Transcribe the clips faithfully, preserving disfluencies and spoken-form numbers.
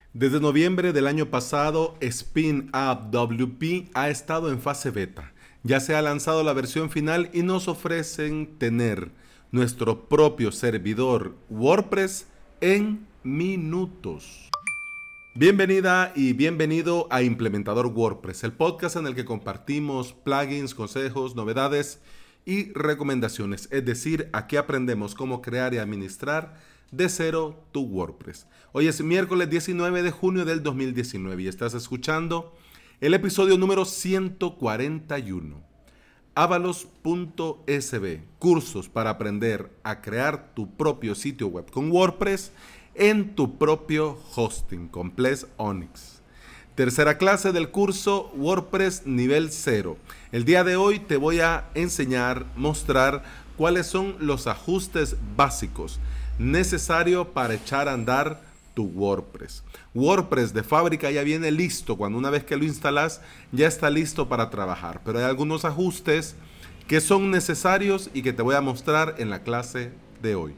Desde noviembre del año pasado, Spin Up W P ha estado en fase beta. Ya se ha lanzado la versión final y nos ofrecen tener nuestro propio servidor WordPress en minutos. Bienvenida y bienvenido a Implementador WordPress, el podcast en el que compartimos plugins, consejos, novedades y recomendaciones. Es decir, aquí aprendemos cómo crear y administrar de cero tu WordPress. Hoy es miércoles diecinueve de junio del dos mil diecinueve y estás escuchando el episodio número ciento cuarenta y uno. Avalos punto S B, cursos para aprender a crear tu propio sitio web con WordPress en tu propio hosting con Ples Onyx. Tercera clase del curso WordPress nivel cero. El día de hoy te voy a enseñar, mostrar cuáles son los ajustes básicos necesarios para echar a andar tu WordPress. WordPress de fábrica ya viene listo. Cuando una vez que lo instalas, ya está listo para trabajar. Pero hay algunos ajustes que son necesarios y que te voy a mostrar en la clase de hoy.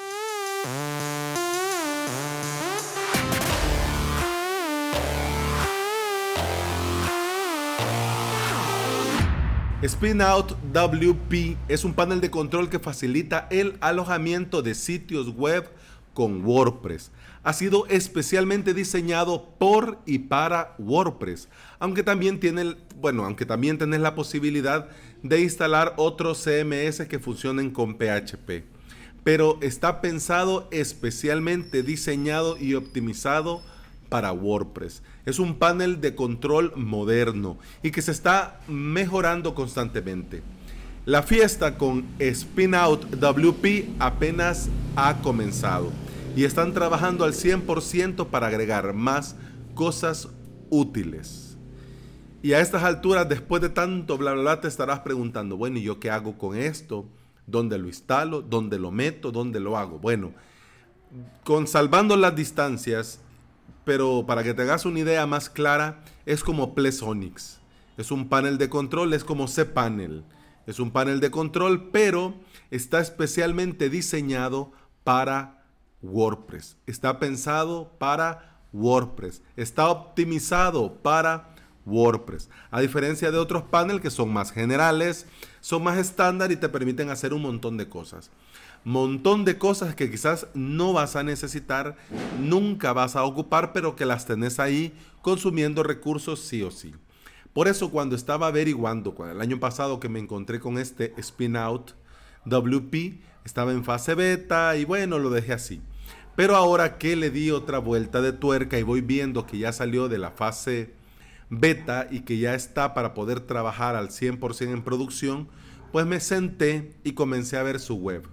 Spin Out W P es un panel de control que facilita el alojamiento de sitios web con WordPress. Ha sido especialmente diseñado por y para WordPress, aunque también tiene, bueno, aunque también tenés la posibilidad de instalar otros C M S que funcionen con P H P. Pero está pensado, especialmente diseñado y optimizado para WordPress. Es un panel de control moderno y que se está mejorando constantemente. La fiesta con Spin Out W P apenas ha comenzado y están trabajando al cien por ciento para agregar más cosas útiles. Y a estas alturas, después de tanto bla bla bla, te estarás preguntando, bueno, ¿y yo qué hago con esto? ¿Dónde lo instalo? ¿Dónde lo meto? ¿Dónde lo hago? Bueno, con salvando las distancias, pero para que te hagas una idea más clara, es como Ples Onyx. Es un panel de control, es como cPanel. Es un panel de control, pero está especialmente diseñado para WordPress. Está pensado para WordPress. Está optimizado para WordPress. A diferencia de otros paneles que son más generales, son más estándar y te permiten hacer un montón de cosas. Montón de cosas que quizás no vas a necesitar, nunca vas a ocupar, pero que las tenés ahí consumiendo recursos sí o sí. Por eso cuando estaba averiguando, el año pasado que me encontré con este Spin Out W P, estaba en fase beta y bueno, lo dejé así. Pero ahora que le di otra vuelta de tuerca y voy viendo que ya salió de la fase beta y que ya está para poder trabajar al cien por ciento en producción, pues me senté y comencé a ver su web.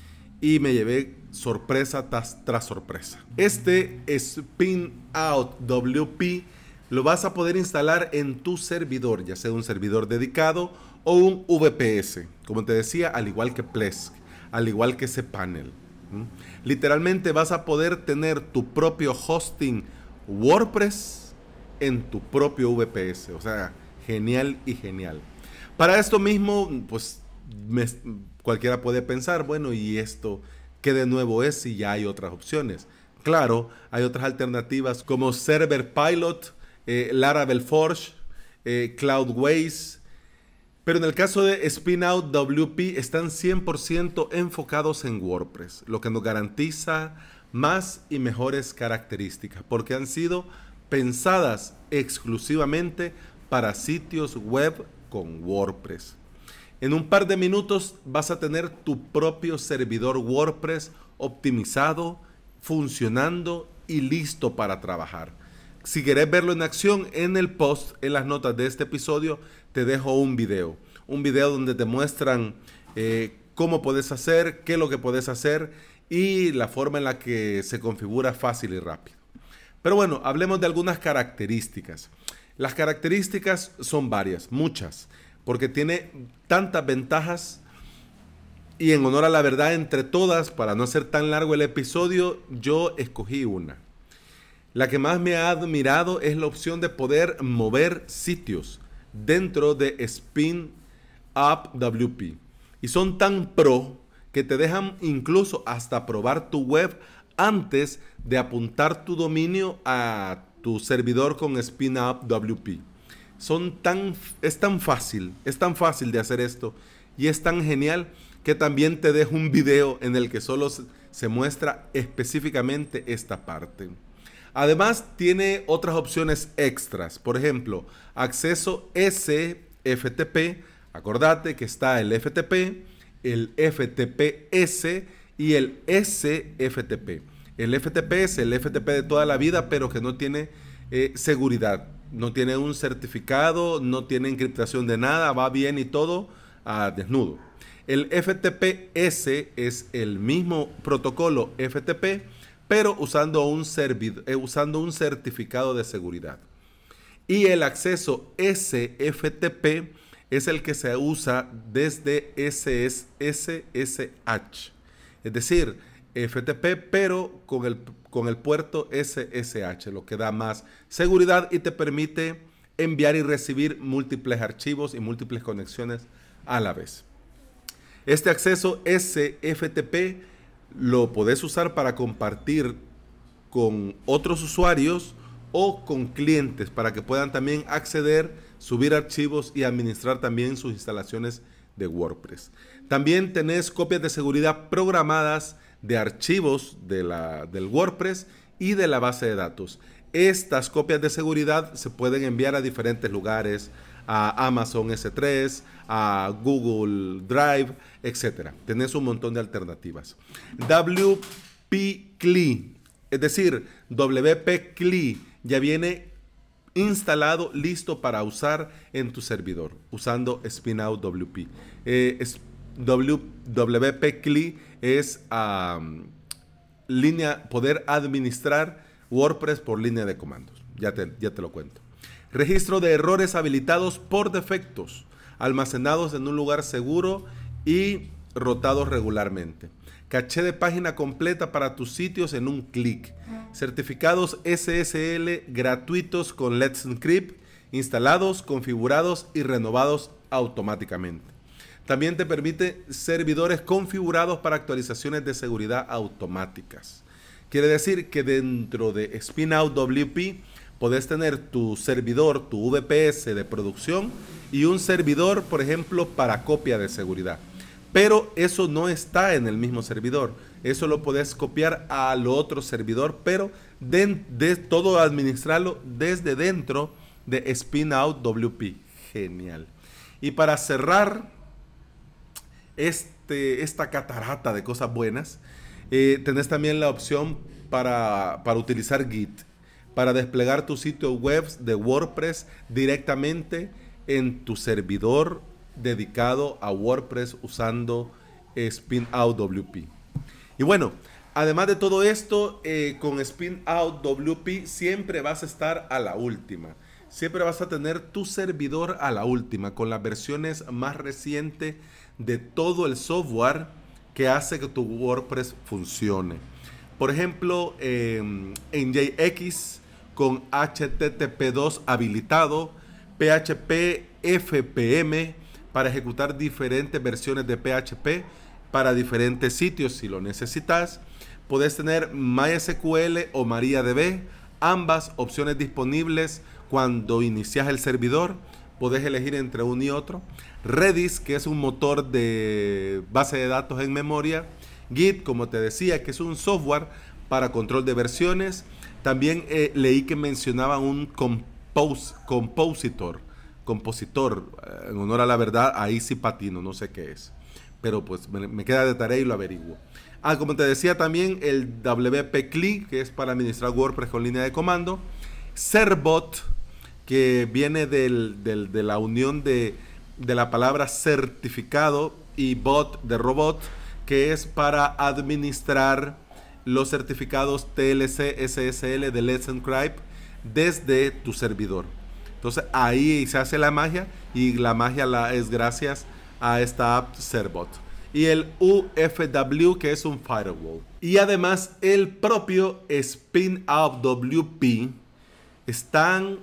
Y me llevé sorpresa tras, tras sorpresa. Este Spin Out W P lo vas a poder instalar en tu servidor, ya sea un servidor dedicado o un V P S. Como te decía, al igual que Plesk, al igual que cPanel. ¿Mm? Literalmente vas a poder tener tu propio hosting WordPress en tu propio V P S. O sea, genial y genial. Para esto mismo, pues me, cualquiera puede pensar, bueno, ¿y esto qué de nuevo es si ya hay otras opciones? Claro, hay otras alternativas como Server Pilot, eh, Laravel Forge, eh, Cloudways, pero en el caso de Spin Out W P están cien por ciento enfocados en WordPress, lo que nos garantiza más y mejores características, porque han sido pensadas exclusivamente para sitios web con WordPress. En un par de minutos vas a tener tu propio servidor WordPress optimizado, funcionando y listo para trabajar. Si querés verlo en acción, en el post, en las notas de este episodio, te dejo un video. Un video donde te muestran eh, cómo puedes hacer, qué es lo que puedes hacer y la forma en la que se configura fácil y rápido. Pero bueno, hablemos de algunas características. Las características son varias, muchas, porque tiene tantas ventajas y en honor a la verdad, entre todas, para no hacer tan largo el episodio, yo escogí una. La que más me ha admirado es la opción de poder mover sitios dentro de Spin Up W P. Y son tan pro que te dejan incluso hasta probar tu web antes de apuntar tu dominio a tu servidor con Spinout W P. Son tan, es tan fácil, es tan fácil de hacer esto y es tan genial que también te dejo un video en el que solo se muestra específicamente esta parte. Además, tiene otras opciones extras. Por ejemplo, acceso S F T P. Acordate que está el F T P, el F T P S y el S F T P. El F T P es el F T P de toda la vida, pero que no tiene eh, seguridad. No tiene un certificado, no tiene encriptación de nada, va bien y todo a desnudo. El F T P S es el mismo protocolo F T P, pero usando un, servid- eh, usando un certificado de seguridad. Y el acceso S F T P es el que se usa desde S S H, es decir, F T P, pero con el, con el puerto S S H, lo que da más seguridad y te permite enviar y recibir múltiples archivos y múltiples conexiones a la vez. Este acceso S F T P lo podés usar para compartir con otros usuarios o con clientes para que puedan también acceder, subir archivos y administrar también sus instalaciones de WordPress. También tenés copias de seguridad programadas de archivos de la, del WordPress y de la base de datos. Estas copias de seguridad se pueden enviar a diferentes lugares, a Amazon S tres, a Google Drive, etcétera. Tenés un montón de alternativas. W P C L I, es decir, W P C L I ya viene instalado, listo para usar en tu servidor, usando Spinout W P. Eh, es, w, W P C L I es um, línea, poder administrar WordPress por línea de comandos. Ya te, ya te lo cuento. Registro de errores habilitados por defectos, almacenados en un lugar seguro y rotados regularmente. Caché de página completa para tus sitios en un clic. Certificados S S L gratuitos con Let's Encrypt, instalados, configurados y renovados automáticamente. También te permite servidores configurados para actualizaciones de seguridad automáticas. Quiere decir que dentro de Spinout W P podés tener tu servidor, tu V P S de producción y un servidor, por ejemplo, para copia de seguridad. Pero eso no está en el mismo servidor. Eso lo podés copiar al otro servidor, pero de, de todo administrarlo desde dentro de Spinout W P. Genial. Y para cerrar este, esta catarata de cosas buenas, eh, tenés también la opción para, para utilizar Git, para desplegar tu sitio web de WordPress directamente en tu servidor dedicado a WordPress usando Spinout W P. Y bueno, además de todo esto, eh, con Spinout W P siempre vas a estar a la última. Siempre vas a tener tu servidor a la última, con las versiones más recientes de todo el software que hace que tu WordPress funcione. Por ejemplo, eh, en J X con H T T P dos habilitado, P H P F P M para ejecutar diferentes versiones de P H P para diferentes sitios si lo necesitas. Puedes tener MySQL o MariaDB, ambas opciones disponibles cuando inicias el servidor. Puedes elegir entre uno y otro. Redis, que es un motor de base de datos en memoria. Git, como te decía, que es un software para control de versiones. También eh, leí que mencionaban un compos, compositor, compositor, eh, en honor a la verdad, ahí sí patino, no sé qué es. Pero pues me, me queda de tarea y lo averiguo. Ah, como te decía también, el W P C L I, que es para administrar WordPress con línea de comando. Cerbot, que viene del, del, de la unión de, de la palabra certificado y bot de robot, que es para administrar los certificados T L C S S L de Let's Encrypt desde tu servidor. Entonces ahí se hace la magia, y la magia la, es gracias a esta app Cerbot. Y el U F W, que es un firewall. Y además el propio Spinout W P están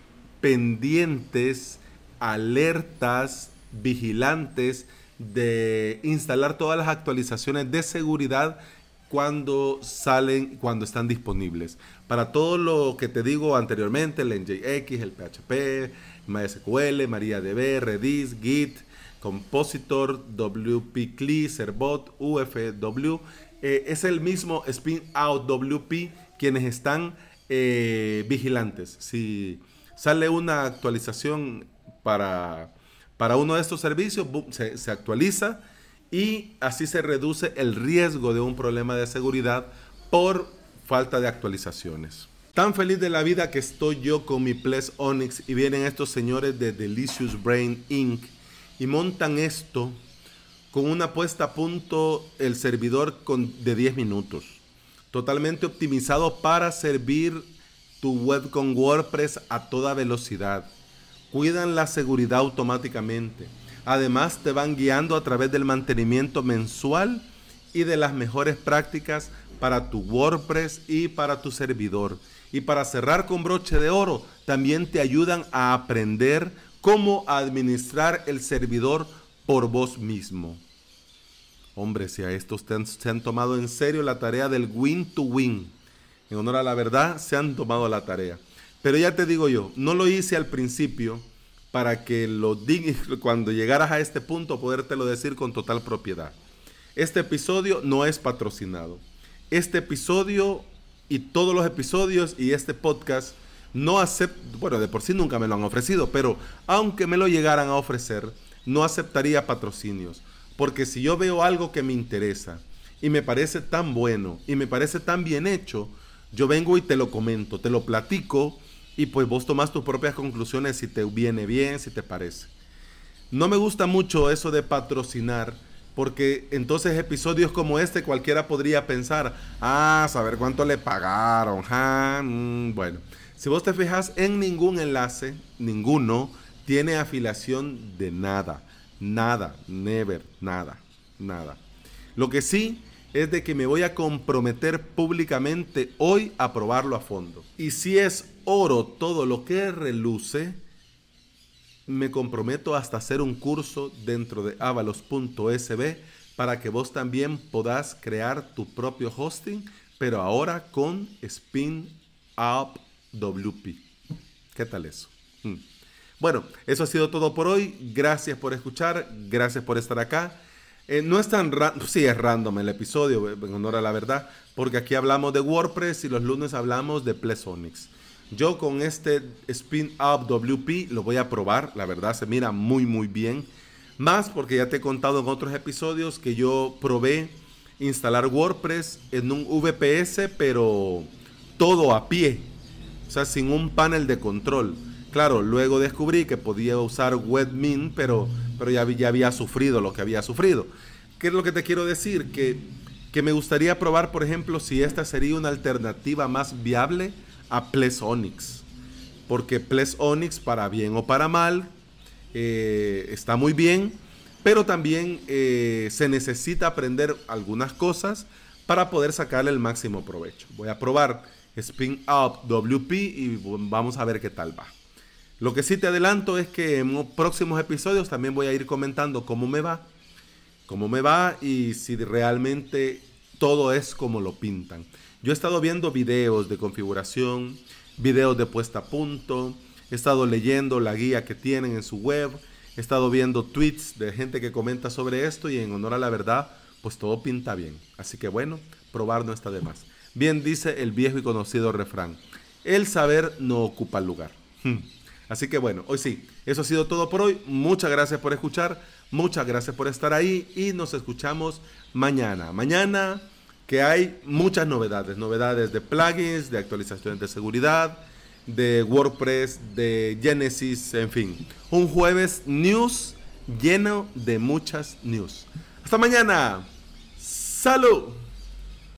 pendientes, alertas, vigilantes de instalar todas las actualizaciones de seguridad cuando salen, cuando están disponibles. Para todo lo que te digo anteriormente, el N J X, el P H P, MySQL, MariaDB, Redis, Git, Compositor, W P C L I, Cerbot, U F W, eh, es el mismo Spinout W P quienes están eh, vigilantes. Si sale una actualización para, para uno de estos servicios, boom, se, se actualiza y así se reduce el riesgo de un problema de seguridad por falta de actualizaciones. Tan feliz de la vida que estoy yo con mi Ples Onyx y vienen estos señores de Delicious Brain incorporated y montan esto con una puesta a punto el servidor con, de diez minutos. Totalmente optimizado para servir tu web con WordPress a toda velocidad. Cuidan la seguridad automáticamente. Además te van guiando a través del mantenimiento mensual y de las mejores prácticas para tu WordPress y para tu servidor. Y para cerrar con broche de oro, también te ayudan a aprender cómo administrar el servidor por vos mismo. Hombre, si a estos te han, se han tomado en serio la tarea del win to win. En honor a la verdad, se han tomado la tarea. Pero ya te digo yo, no lo hice al principio para que lo digas cuando llegaras a este punto, podértelo decir con total propiedad. Este episodio no es patrocinado. Este episodio y todos los episodios y este podcast no acepto, bueno, de por sí nunca me lo han ofrecido, pero aunque me lo llegaran a ofrecer, no aceptaría patrocinios. Porque si yo veo algo que me interesa y me parece tan bueno y me parece tan bien hecho, yo vengo y te lo comento, te lo platico y pues vos tomás tus propias conclusiones si te viene bien, si te parece. No me gusta mucho eso de patrocinar, porque entonces episodios como este cualquiera podría pensar, ah, saber cuánto le pagaron, ah, mmm, bueno. Si vos te fijas, en ningún enlace, ninguno, tiene afiliación de nada. Nada, never, nada, nada. Lo que sí es de que me voy a comprometer públicamente hoy a probarlo a fondo. Y si es oro todo lo que reluce, me comprometo hasta hacer un curso dentro de avalos punto s b para que vos también podás crear tu propio hosting, pero ahora con Spinout W P. ¿Qué tal eso? Hmm. Bueno, eso ha sido todo por hoy. Gracias por escuchar, gracias por estar acá. Eh, no es tan random, sí es random el episodio, en honor a la verdad, porque aquí hablamos de WordPress y los lunes hablamos de Ples Onyx. Yo con este Spinout W P lo voy a probar, la verdad se mira muy muy bien. Más porque ya te he contado en otros episodios que yo probé instalar WordPress en un V P S, pero todo a pie, o sea, sin un panel de control. Claro, luego descubrí que podía usar Webmin, pero, pero ya, ya había sufrido lo que había sufrido. ¿Qué es lo que te quiero decir? Que, que me gustaría probar, por ejemplo, si esta sería una alternativa más viable a Ples Onyx. Porque Ples Onyx, para bien o para mal, eh, está muy bien, pero también eh, se necesita aprender algunas cosas para poder sacarle el máximo provecho. Voy a probar Spinout W P y vamos a ver qué tal va. Lo que sí te adelanto es que en próximos episodios también voy a ir comentando cómo me va, cómo me va y si realmente todo es como lo pintan. Yo he estado viendo videos de configuración, videos de puesta a punto, he estado leyendo la guía que tienen en su web, he estado viendo tweets de gente que comenta sobre esto y en honor a la verdad, pues todo pinta bien. Así que bueno, probar no está de más. Bien dice el viejo y conocido refrán, el saber no ocupa lugar. Así que bueno, hoy sí, eso ha sido todo por hoy. Muchas gracias por escuchar, muchas gracias por estar ahí y nos escuchamos mañana. Mañana que hay muchas novedades, novedades de plugins, de actualizaciones de seguridad, de WordPress, de Genesis, en fin. Un jueves news lleno de muchas news. Hasta mañana. ¡Salud!